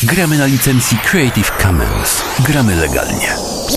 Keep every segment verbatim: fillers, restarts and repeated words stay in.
Gramy na licencji Creative Commons. Gramy legalnie.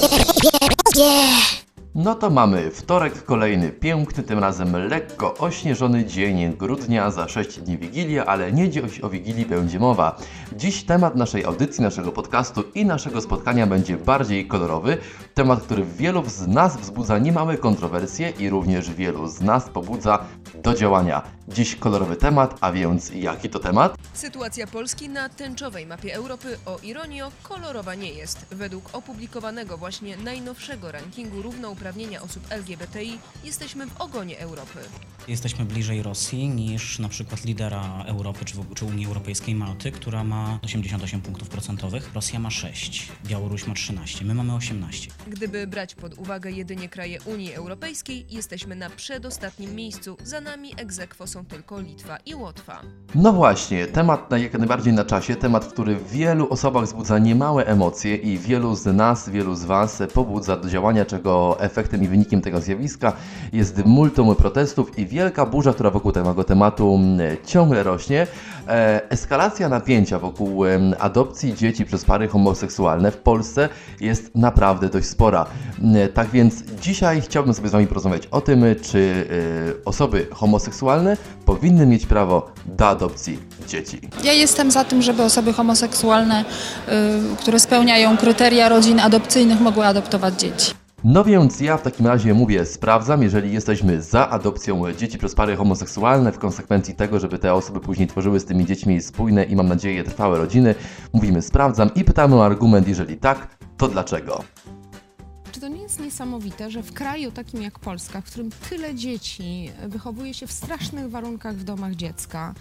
No to mamy wtorek kolejny, piękny, tym razem lekko ośnieżony dzień grudnia, za sześć dni Wigilia, ale nie dziś o Wigilii będzie mowa. Dziś temat naszej audycji, naszego podcastu i naszego spotkania będzie bardziej kolorowy. Temat, który w wielu z nas wzbudza niemałe kontrowersje i również wielu z nas pobudza do działania. Dziś kolorowy temat, a więc jaki to temat? Sytuacja Polski na tęczowej mapie Europy, o ironio, kolorowa nie jest. Według opublikowanego właśnie najnowszego rankingu równouprawnienia osób L G B T I jesteśmy w ogonie Europy. Jesteśmy bliżej Rosji niż na przykład lidera Europy czy, w, czy Unii Europejskiej Malty, która ma osiemdziesiąt osiem punktów procentowych. Rosja ma sześć, Białoruś ma trzynaście, my mamy osiemnaście. Gdyby brać pod uwagę jedynie kraje Unii Europejskiej, jesteśmy na przedostatnim miejscu. Za nami ex aequo są tylko Litwa i Łotwa. No właśnie, temat jak najbardziej na czasie, temat, który w wielu osobach wzbudza niemałe emocje i wielu z nas, wielu z Was pobudza do działania, czego efektem i wynikiem tego zjawiska jest multum protestów i wielka burza, która wokół tego tematu ciągle rośnie. Eskalacja napięcia wokół adopcji dzieci przez pary homoseksualne w Polsce jest naprawdę dość spora. Tak więc dzisiaj chciałbym sobie z Wami porozmawiać o tym, czy osoby homoseksualne powinny mieć prawo do adopcji dzieci. Ja jestem za tym, żeby osoby homoseksualne, y, które spełniają kryteria rodzin adopcyjnych, mogły adoptować dzieci. No więc ja w takim razie mówię, sprawdzam, jeżeli jesteśmy za adopcją dzieci przez pary homoseksualne, w konsekwencji tego, żeby te osoby później tworzyły z tymi dziećmi spójne i mam nadzieję trwałe rodziny, mówimy sprawdzam i pytamy o argument, jeżeli tak, to dlaczego? Czy to nie jest niesamowite, że w kraju takim jak Polska, w którym tyle dzieci wychowuje się w strasznych warunkach w domach dziecka,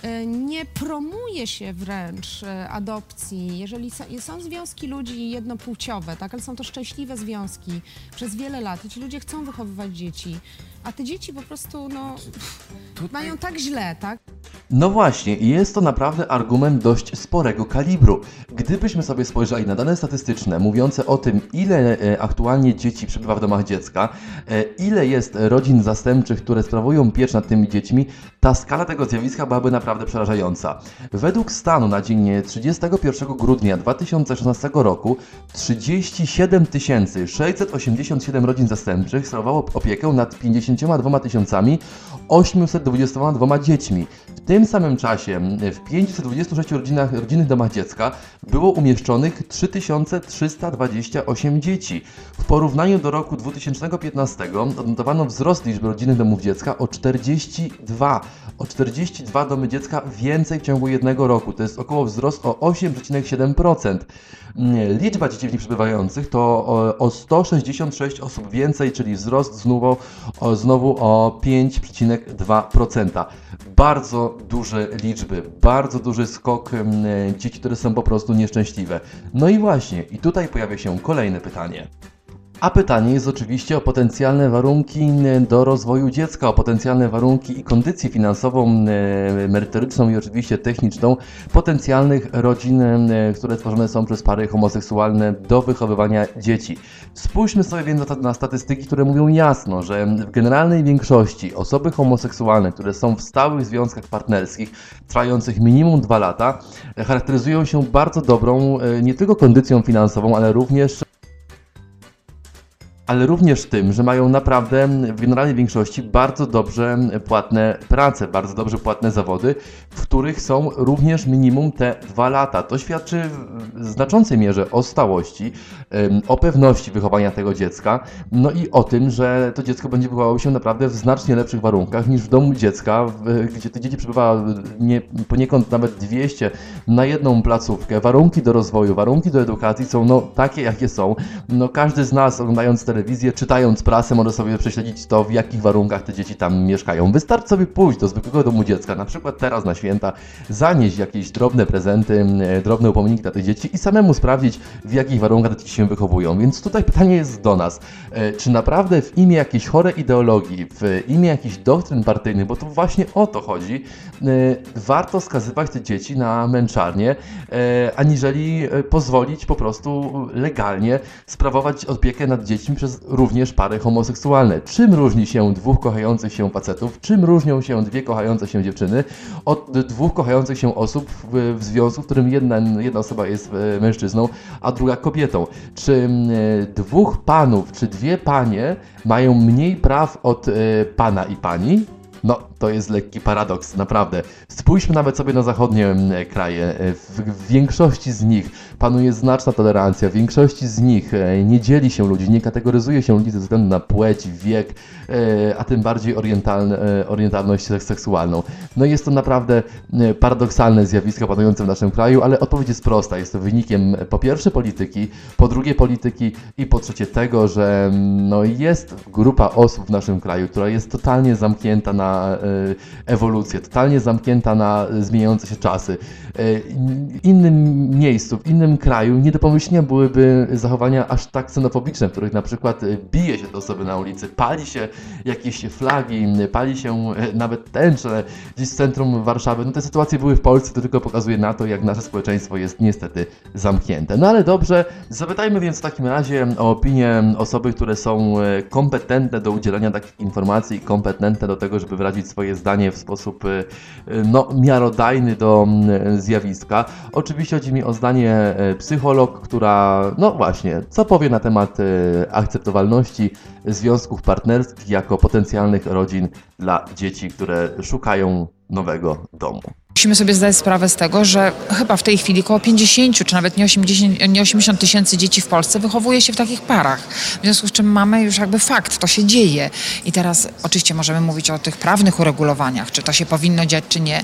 nie promuje się wręcz adopcji, jeżeli są związki ludzi jednopłciowe, tak, ale są to szczęśliwe związki przez wiele lat i ci ludzie chcą wychowywać dzieci, a te dzieci po prostu no, mają tak źle, tak? No właśnie, i jest to naprawdę argument dość sporego kalibru. Gdybyśmy sobie spojrzeli na dane statystyczne mówiące o tym, ile aktualnie dzieci przebywa w domach dziecka, ile jest rodzin zastępczych, które sprawują pieczę nad tymi dziećmi, ta skala tego zjawiska byłaby naprawdę przerażająca. Według stanu na dzień trzydziestego pierwszego grudnia dwa tysiące szesnastego roku trzydzieści siedem tysięcy sześćset osiemdziesiąt siedem rodzin zastępczych sprawowało opiekę nad pięćdziesięcioma dwoma tysiącami osiemset dwudziestoma dwoma dziećmi. W tym samym czasie w pięćset dwudziestu sześciu rodzinach, rodzinnych domach dziecka było umieszczonych trzy tysiące trzysta dwadzieścia osiem dzieci. W porównaniu do roku dwutysięcznego piętnastego odnotowano wzrost liczby rodzinnych domów dziecka o czterdzieści dwa. O czterdzieści dwa domy dziecka więcej w ciągu jednego roku. To jest około wzrost o osiem przecinek siedem procent. Liczba dzieci w nich przebywających to o, o sto sześćdziesiąt sześć osób więcej, czyli wzrost znowu o, znowu o pięć przecinek dwa procent. Bardzo duże liczby, bardzo duży skok dzieci, które są po prostu nieszczęśliwe. No i właśnie, i tutaj pojawia się kolejne pytanie. A pytanie jest oczywiście o potencjalne warunki do rozwoju dziecka, o potencjalne warunki i kondycję finansową, merytoryczną i oczywiście techniczną potencjalnych rodzin, które tworzone są przez pary homoseksualne do wychowywania dzieci. Spójrzmy sobie więc na statystyki, które mówią jasno, że w generalnej większości osoby homoseksualne, które są w stałych związkach partnerskich trwających minimum dwa lata, charakteryzują się bardzo dobrą nie tylko kondycją finansową, ale również ale również tym, że mają naprawdę w generalnej większości bardzo dobrze płatne prace, bardzo dobrze płatne zawody, w których są również minimum te dwa lata. To świadczy w znaczącej mierze o stałości, o pewności wychowania tego dziecka, no i o tym, że to dziecko będzie wychowało się naprawdę w znacznie lepszych warunkach niż w domu dziecka, gdzie te dzieci przebywa nie, poniekąd nawet dwieście na jedną placówkę. Warunki do rozwoju, warunki do edukacji są no takie, jakie są. No każdy z nas, oglądając telewizję, czytając prasę, może sobie prześledzić to, w jakich warunkach te dzieci tam mieszkają. Wystarczy sobie pójść do zwykłego domu dziecka, na przykład teraz na święta, zanieść jakieś drobne prezenty, drobne upominki dla tych dzieci i samemu sprawdzić, w jakich warunkach te dzieci się wychowują. Więc tutaj pytanie jest do nas, czy naprawdę w imię jakiejś chorej ideologii, w imię jakichś doktryn partyjnych, bo to właśnie o to chodzi, warto skazywać te dzieci na męczarnię, aniżeli pozwolić po prostu legalnie sprawować opiekę nad dziećmi przez przez również pary homoseksualne. Czym różni się dwóch kochających się facetów, czym różnią się dwie kochające się dziewczyny od dwóch kochających się osób w, w związku, w którym jedna, jedna osoba jest mężczyzną, a druga kobietą? Czy dwóch panów, czy dwie panie mają mniej praw od pana i pani? No, to jest lekki paradoks, naprawdę. Spójrzmy nawet sobie na zachodnie kraje. W, w większości z nich panuje znaczna tolerancja, w większości z nich nie dzieli się ludzi, nie kategoryzuje się ludzi ze względu na płeć, wiek, a tym bardziej orientalne, orientalność seksualną. No jest to naprawdę paradoksalne zjawisko panujące w naszym kraju, ale odpowiedź jest prosta. Jest to wynikiem po pierwsze polityki, po drugie polityki i po trzecie tego, że no jest grupa osób w naszym kraju, która jest totalnie zamknięta na ewolucję, totalnie zamknięta na zmieniające się czasy. W innym miejscu, w innym kraju nie do pomyślenia byłyby zachowania aż tak ksenofobiczne, w których na przykład bije się do osoby na ulicy, pali się jakieś flagi, pali się nawet tęcze gdzieś w centrum Warszawy. No te sytuacje były w Polsce, to tylko pokazuje na to, jak nasze społeczeństwo jest niestety zamknięte. No ale dobrze, zapytajmy więc w takim razie o opinię osoby, które są kompetentne do udzielania takich informacji i kompetentne do tego, żeby wyrazić swoje zdanie w sposób no, miarodajny do zjawiska. Oczywiście chodzi mi o zdanie psycholog, która, no właśnie, co powie na temat akceptowalności związków partnerskich jako potencjalnych rodzin dla dzieci, które szukają nowego domu. Musimy sobie zdać sprawę z tego, że chyba w tej chwili około pięćdziesiąt czy nawet nie osiemdziesiąt, nie osiemdziesiąt tysięcy dzieci w Polsce wychowuje się w takich parach. W związku z czym mamy już jakby fakt, to się dzieje. I teraz oczywiście możemy mówić o tych prawnych uregulowaniach, czy to się powinno dziać, czy nie.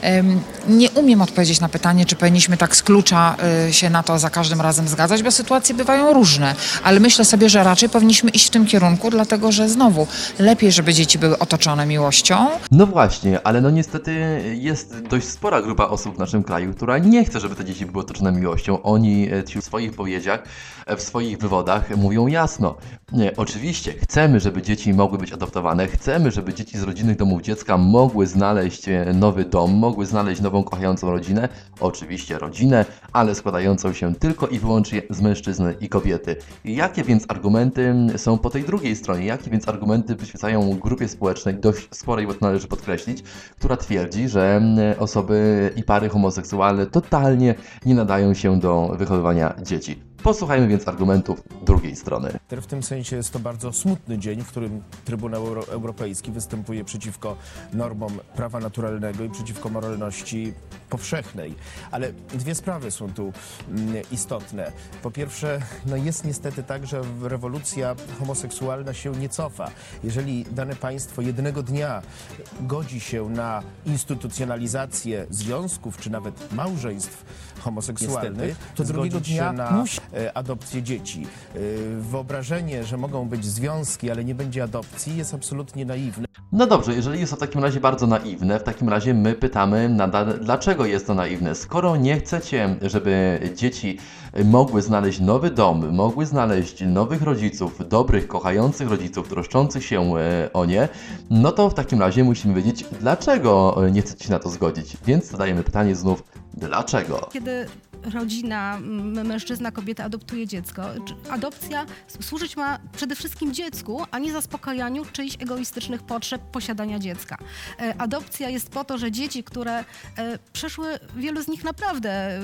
Nie umiem odpowiedzieć na pytanie, czy powinniśmy tak z klucza się na to za każdym razem zgadzać, bo sytuacje bywają różne. Ale myślę sobie, że raczej powinniśmy iść w tym kierunku, dlatego że znowu lepiej, żeby dzieci były otoczone miłością. No właśnie, ale no niestety jest dość spora grupa osób w naszym kraju, która nie chce, żeby te dzieci były otoczone miłością. Oni w swoich powiedziach, w swoich wywodach mówią jasno. Nie, oczywiście chcemy, żeby dzieci mogły być adoptowane, chcemy, żeby dzieci z rodzinnych domów dziecka mogły znaleźć nowy dom, mogły znaleźć nową, kochającą rodzinę. Oczywiście rodzinę, ale składającą się tylko i wyłącznie z mężczyzny i kobiety. Jakie więc argumenty są po tej drugiej stronie? Jakie więc argumenty przyświecają grupie społecznej, dość sporej, bo to należy podkreślić, która twierdzi, że osoby i pary homoseksualne totalnie nie nadają się do wychowywania dzieci. Posłuchajmy więc argumentów drugiej strony. W tym sensie jest to bardzo smutny dzień, w którym Trybunał Euro- Europejski występuje przeciwko normom prawa naturalnego i przeciwko moralności powszechnej. Ale dwie sprawy są tu mm, istotne. Po pierwsze, no jest niestety tak, że rewolucja homoseksualna się nie cofa. Jeżeli dane państwo jednego dnia godzi się na instytucjonalizację związków, czy nawet małżeństw homoseksualnych, to drugiego dnia na musi adopcję dzieci. Wyobrażenie, że mogą być związki, ale nie będzie adopcji, jest absolutnie naiwne. No dobrze, jeżeli jest to w takim razie bardzo naiwne, w takim razie my pytamy nadal, dlaczego jest to naiwne? Skoro nie chcecie, żeby dzieci mogły znaleźć nowy dom, mogły znaleźć nowych rodziców, dobrych, kochających rodziców, troszczących się o nie, no to w takim razie musimy wiedzieć, dlaczego nie chcecie się na to zgodzić. Więc zadajemy pytanie znów, dlaczego? Kiedy rodzina, mężczyzna, kobieta adoptuje dziecko, adopcja służyć ma przede wszystkim dziecku, a nie zaspokajaniu czyichś egoistycznych potrzeb posiadania dziecka. Adopcja jest po to, że dzieci, które przeszły, wielu z nich naprawdę,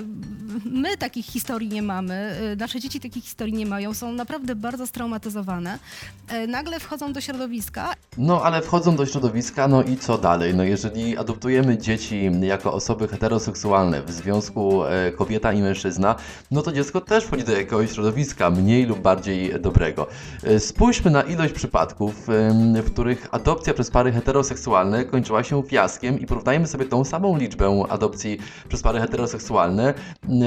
my takich historii nie mamy, nasze dzieci takich historii nie mają, są naprawdę bardzo straumatyzowane, nagle wchodzą do środowiska. No ale wchodzą do środowiska, no i co dalej? No jeżeli adoptujemy dzieci jako osoby heteroseksualne w związku kobieta i mężczyzna, no to dziecko też wchodzi do jakiegoś środowiska, mniej lub bardziej dobrego. Spójrzmy na ilość przypadków, w których adopcja przez pary heteroseksualne kończyła się fiaskiem i porównajmy sobie tą samą liczbę adopcji przez pary heteroseksualne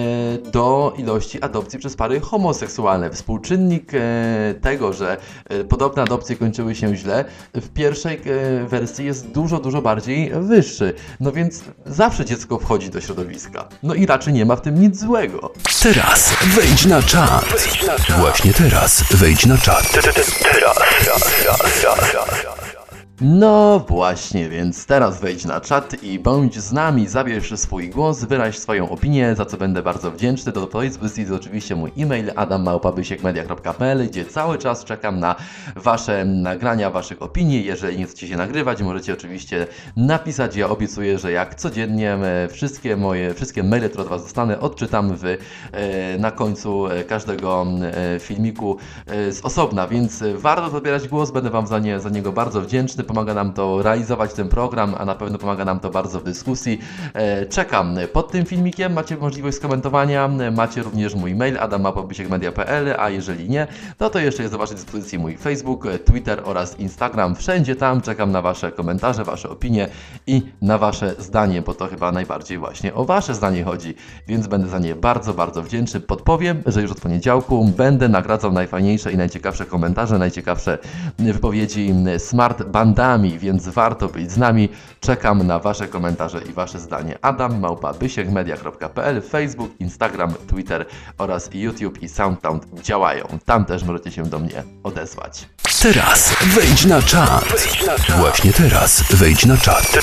do ilości adopcji przez pary homoseksualne. Współczynnik tego, że podobne adopcje kończyły się źle, w pierwszej wersji jest dużo, dużo bardziej wyższy. No więc zawsze dziecko wchodzi do środowiska. No i raczej nie ma w tym nic złego. Teraz wejdź na czat. Właśnie teraz wejdź na czat. No właśnie, więc teraz wejdź na czat i bądź z nami, zabierz swój głos, wyraź swoją opinię, za co będę bardzo wdzięczny. Do twojej dyspozycji jest oczywiście mój e-mail adam małpa bysiek media kropka p l, gdzie cały czas czekam na wasze nagrania, waszych opinii. Jeżeli nie chcecie się nagrywać, możecie oczywiście napisać. Ja obiecuję, że jak codziennie wszystkie moje, wszystkie maile, które od was dostanę, odczytam w, na końcu każdego filmiku z osobna, więc warto zabierać głos, będę wam za, nie, za niego bardzo wdzięczny. Pomaga nam to realizować ten program, a na pewno pomaga nam to bardzo w dyskusji. Czekam pod tym filmikiem, macie możliwość skomentowania, macie również mój mail adam małpa bysiek media kropka p l, a jeżeli nie, no to jeszcze jest do waszej dyspozycji mój Facebook, Twitter oraz Instagram. Wszędzie tam czekam na wasze komentarze, wasze opinie i na wasze zdanie, bo to chyba najbardziej właśnie o wasze zdanie chodzi, więc będę za nie bardzo, bardzo wdzięczny. Podpowiem, że już od poniedziałku będę nagradzał najfajniejsze i najciekawsze komentarze, najciekawsze wypowiedzi Smart Bandami, więc warto być z nami. Czekam na wasze komentarze i wasze zdanie. adam małpa bysiek media kropka p l, Facebook, Instagram, Twitter oraz YouTube i SoundCloud działają. Tam też możecie się do mnie odezwać. Teraz wejdź na czat. Właśnie teraz wejdź na czat.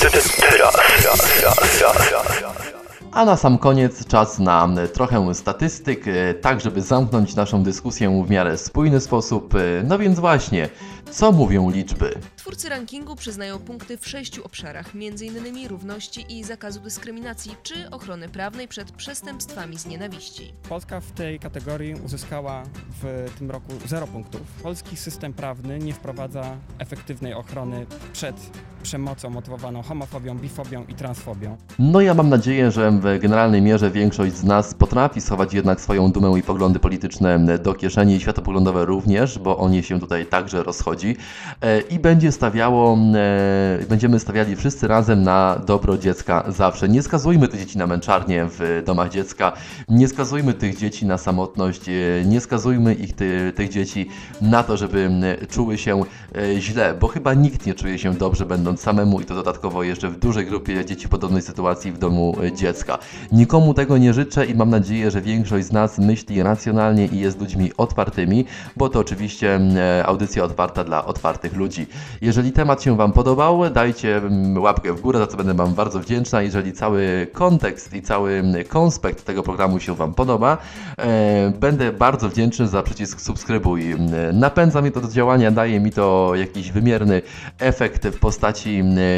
A na sam koniec czas na trochę statystyk, tak żeby zamknąć naszą dyskusję w miarę spójny sposób. No więc właśnie, co mówią liczby? Twórcy rankingu przyznają punkty w sześciu obszarach, między innymi równości i zakazu dyskryminacji czy ochrony prawnej przed przestępstwami z nienawiści. Polska w tej kategorii uzyskała w tym roku zero punktów. Polski system prawny nie wprowadza efektywnej ochrony przed przemocą motywowaną homofobią, bifobią i transfobią. No ja mam nadzieję, że w generalnej mierze większość z nas potrafi schować jednak swoją dumę i poglądy polityczne do kieszeni, światopoglądowe również, bo o nie się tutaj także rozchodzi i będzie stawiało, będziemy stawiali wszyscy razem na dobro dziecka zawsze. Nie skazujmy tych dzieci na męczarnię w domach dziecka, nie skazujmy tych dzieci na samotność, nie skazujmy ich, ty, tych dzieci na to, żeby czuły się źle, bo chyba nikt nie czuje się dobrze będąc samemu i to dodatkowo jeszcze w dużej grupie dzieci w podobnej sytuacji w domu dziecka. Nikomu tego nie życzę i mam nadzieję, że większość z nas myśli racjonalnie i jest ludźmi otwartymi, bo to oczywiście audycja otwarta dla otwartych ludzi. Jeżeli temat się wam podobał, dajcie łapkę w górę, za co będę wam bardzo wdzięczna. Jeżeli cały kontekst i cały konspekt tego programu się wam podoba, będę bardzo wdzięczny za przycisk subskrybuj. Napędza mnie to do działania, daje mi to jakiś wymierny efekt w postaci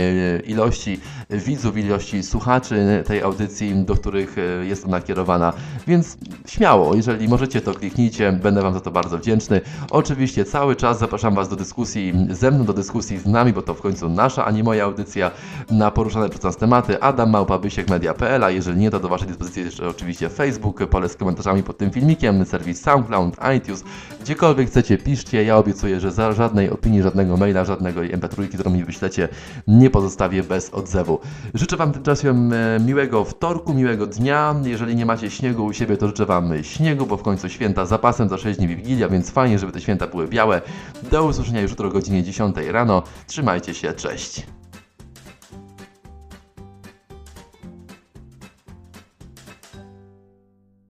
ilości widzów, ilości słuchaczy tej audycji, do których jest ona kierowana, więc śmiało, jeżeli możecie, to kliknijcie, będę wam za to bardzo wdzięczny. Oczywiście cały czas zapraszam was do dyskusji ze mną, do dyskusji z nami, bo to w końcu nasza, a nie moja audycja na poruszane przez nas tematy. adam małpa bysiek media kropka p l, a jeżeli nie, to do waszej dyspozycji jeszcze oczywiście Facebook, pole z komentarzami pod tym filmikiem, serwis SoundCloud, iTunes, gdziekolwiek chcecie, piszcie. Ja obiecuję, że za żadnej opinii, żadnego maila, żadnego em pe trzy, którą mi wyślecie, nie pozostawię bez odzewu. Życzę wam tymczasem miłego wtorku, miłego dnia. Jeżeli nie macie śniegu u siebie, to życzę wam śniegu, bo w końcu święta zapasem, za sześć dni Wigilia, więc fajnie, żeby te święta były białe. Do usłyszenia już jutro o godzinie dziesiątej rano. Trzymajcie się, cześć!